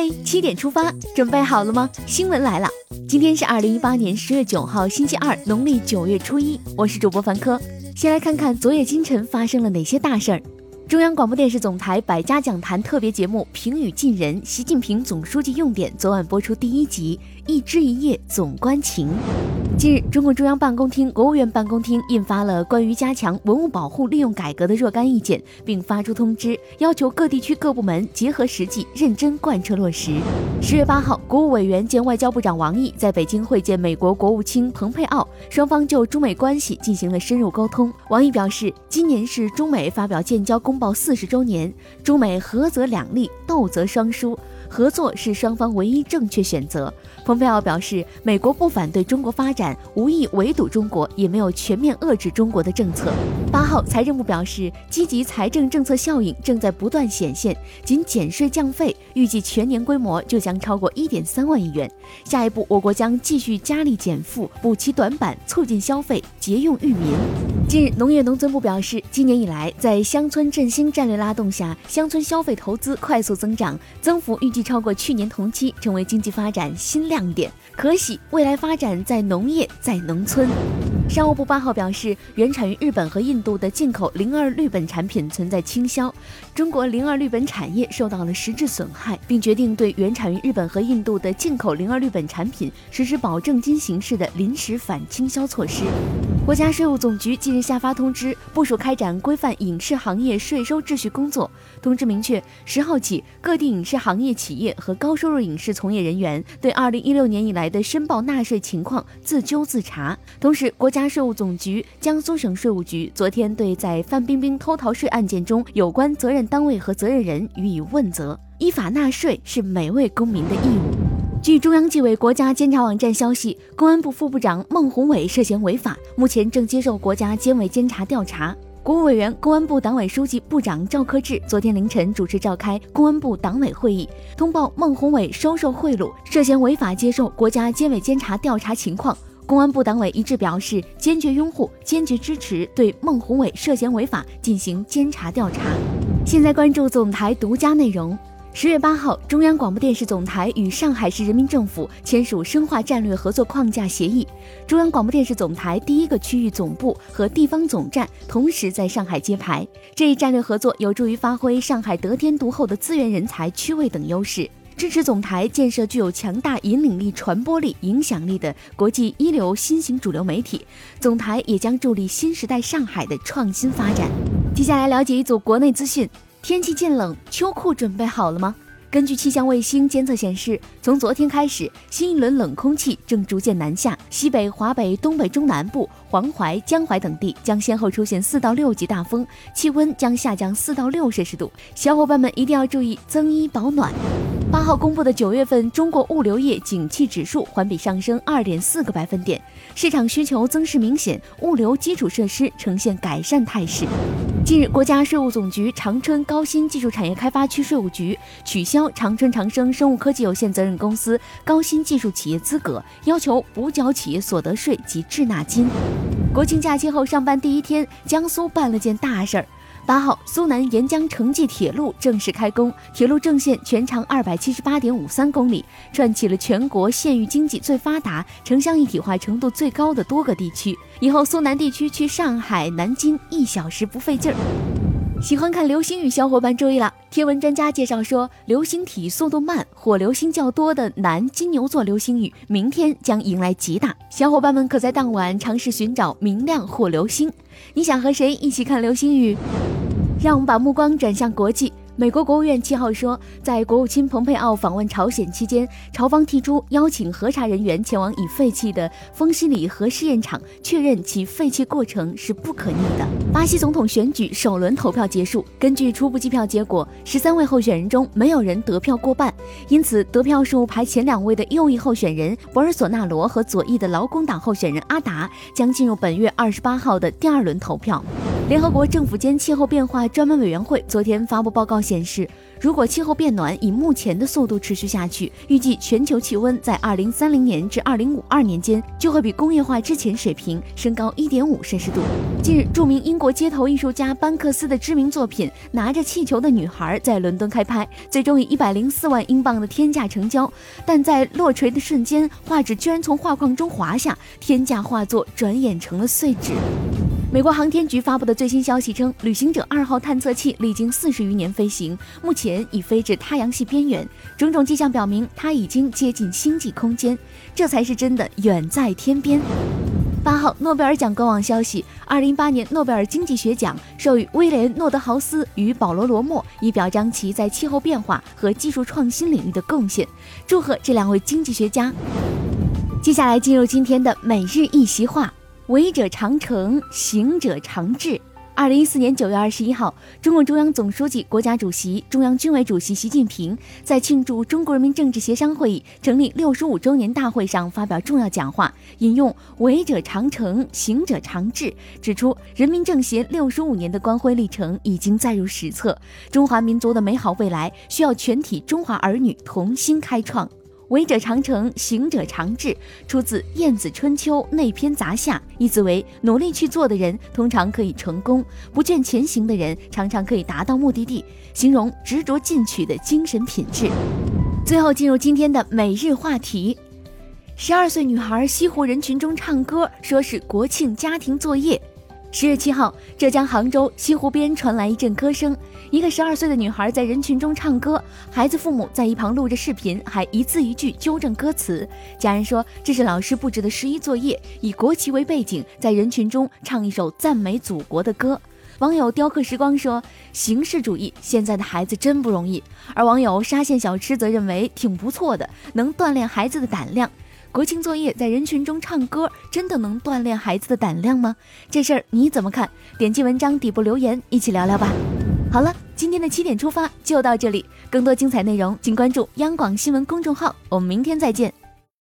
嘿，7点出发，准备好了吗？新闻来了，今天是2018年10月9号，星期二，农历9月初1，我是主播凡科。先来看看昨夜今晨发生了哪些大事儿。中央广播电视总台百家讲坛特别节目《平语近人》，习近平总书记用典昨晚播出第1集，一枝一叶总关情。近日，中共中央办公厅、国务院办公厅印发了关于加强文物保护利用改革的若干意见，并发出通知，要求各地区各部门结合实际，认真贯彻落实。10月8号，国务委员兼外交部长王毅在北京会见美国国务卿蓬佩奥，双方就中美关系进行了深入沟通。王毅表示，今年是中美发表建交公报40周年，中美合则两利，斗则双输，合作是双方唯一正确选择。蓬佩奥表示，美国不反对中国发展，无意围堵中国，也没有全面遏制中国的政策。8号，财政部表示，积极财政政策效应正在不断显现，仅减税降费，预计全年规模就将超过1.3万亿元。下一步，我国将继续加力减负，补齐短板，促进消费，节用裕民。近日，农业农村部表示，今年以来，在乡村振兴战略拉动下，乡村消费投资快速增长，增幅预计超过去年同期，成为经济发展新亮点。可喜，未来发展在农业，在农村。商务部8号表示，原产于日本和印度的进口02氯苯产品存在倾销，中国02氯苯产业受到了实质损害，并决定对原产于日本和印度的进口02氯苯产品实施保证金形式的临时反倾销措施。国家税务总局近日下发通知，部署开展规范影视行业税收秩序工作。通知明确，10号起，各地影视行业企业和高收入影视从业人员对2016年以来的申报纳税情况自纠自查。同时，国家税务总局、江苏省税务局昨天对在范冰冰偷逃税案件中有关责任单位和责任人予以问责。依法纳税是每位公民的义务。据中央纪委国家监察网站消息，公安部副部长孟宏伟涉嫌违法，目前正接受国家监委监察调查。国务委员、公安部党委书记、部长赵克志昨天凌晨主持召开公安部党委会议，通报孟宏伟收受贿赂，涉嫌违法接受国家监委监察调查情况。公安部党委一致表示，坚决拥护、坚决支持对孟宏伟涉嫌违法进行监察调查。现在关注总台独家内容。10月8号，中央广播电视总台与上海市人民政府签署深化战略合作框架协议，中央广播电视总台第1个区域总部和地方总站同时在上海揭牌。这一战略合作有助于发挥上海得天独厚的资源、人才、区位等优势，支持总台建设具有强大引领力、传播力、影响力的国际一流新型主流媒体。总台也将助力新时代上海的创新发展。接下来了解一组国内资讯。天气渐冷，秋裤准备好了吗？根据气象卫星监测显示，从昨天开始，新一轮冷空气正逐渐南下，西北、华北、东北中南部、黄淮、江淮等地将先后出现4到6级大风，气温将下降4到6摄氏度，小伙伴们一定要注意增衣保暖。8号公布的9月份中国物流业景气指数环比上升2.4个百分点，市场需求增势明显，物流基础设施呈现改善态势。近日，国家税务总局长春高新技术产业开发区税务局取消长春长生生物科技有限责任公司高新技术企业资格，要求补缴企业所得税及滞纳金。国庆假期后上班第1天，江苏办了件大事儿。8号，苏南沿江城际铁路正式开工，铁路正线全长278.53公里，串起了全国县域经济最发达、城乡一体化程度最高的多个地区。以后苏南地区去上海、南京1小时不费劲儿。喜欢看流星雨小伙伴注意了，天文专家介绍说，流星体速度慢、火流星较多的南金牛座流星雨明天将迎来极大，小伙伴们可在当晚尝试寻找明亮火流星。你想和谁一起看流星雨？让我们把目光转向国际。美国国务院7号说，在国务卿蓬佩奥访问朝鲜期间，朝方提出邀请核查人员前往已废弃的丰西里核试验场，确认其废弃过程是不可逆的。巴西总统选举首轮投票结束，根据初步计票结果，13位候选人中没有人得票过半，因此得票数排前2位的右翼候选人博尔索纳罗和左翼的劳工党候选人阿达将进入本月28号的第2轮投票。联合国政府间气候变化专门委员会昨天发布报告显示， 如果气候变暖以目前的速度持续下去，预计全球气温在2030年至2052年间就会比工业化之前水平升高1.5摄氏度。近日，著名英国街头艺术家班克斯的知名作品《拿着气球的女孩》在伦敦开拍，最终以104万英镑的天价成交，但在落锤的瞬间，画纸居然从画框中滑下，天价画作转眼成了碎纸。美国航天局发布的最新消息称，旅行者2号探测器历经40余年飞行，目前已飞至太阳系边缘，种种迹象表明它已经接近星际空间，这才是真的远在天边。8号，诺贝尔奖官网消息，2018年诺贝尔经济学奖授予威廉·诺德豪斯与保罗·罗默，以表彰其在气候变化和技术创新领域的贡献，祝贺这2位经济学家。接下来进入今天的每日一席话。为者常成，行者常至。2014年9月21号，中共中央总书记、国家主席、中央军委主席习近平在庆祝中国人民政治协商会议成立65周年大会上发表重要讲话，引用“为者常成，行者常至”，指出人民政协65年的光辉历程已经载入史册，中华民族的美好未来需要全体中华儿女同心开创。为者常成，行者常至，出自《晏子春秋·内篇杂下》，意思为努力去做的人通常可以成功，不倦前行的人常常可以达到目的地，形容执着进取的精神品质。最后进入今天的每日话题：12岁女孩西湖人群中唱歌，说是国庆家庭作业。10月7号，浙江杭州西湖边传来一阵歌声，一个12岁的女孩在人群中唱歌，孩子父母在一旁录着视频，还一字一句纠正歌词。家人说这是老师布置的11作业，以国旗为背景，在人群中唱一首赞美祖国的歌。网友雕刻时光说，形式主义，现在的孩子真不容易。而网友沙县小吃则认为挺不错的，能锻炼孩子的胆量。国庆作业在人群中唱歌，真的能锻炼孩子的胆量吗？这事儿你怎么看？点击文章底部留言，一起聊聊吧。好了，今天的7点出发就到这里，更多精彩内容请关注央广新闻公众号，我们明天再见。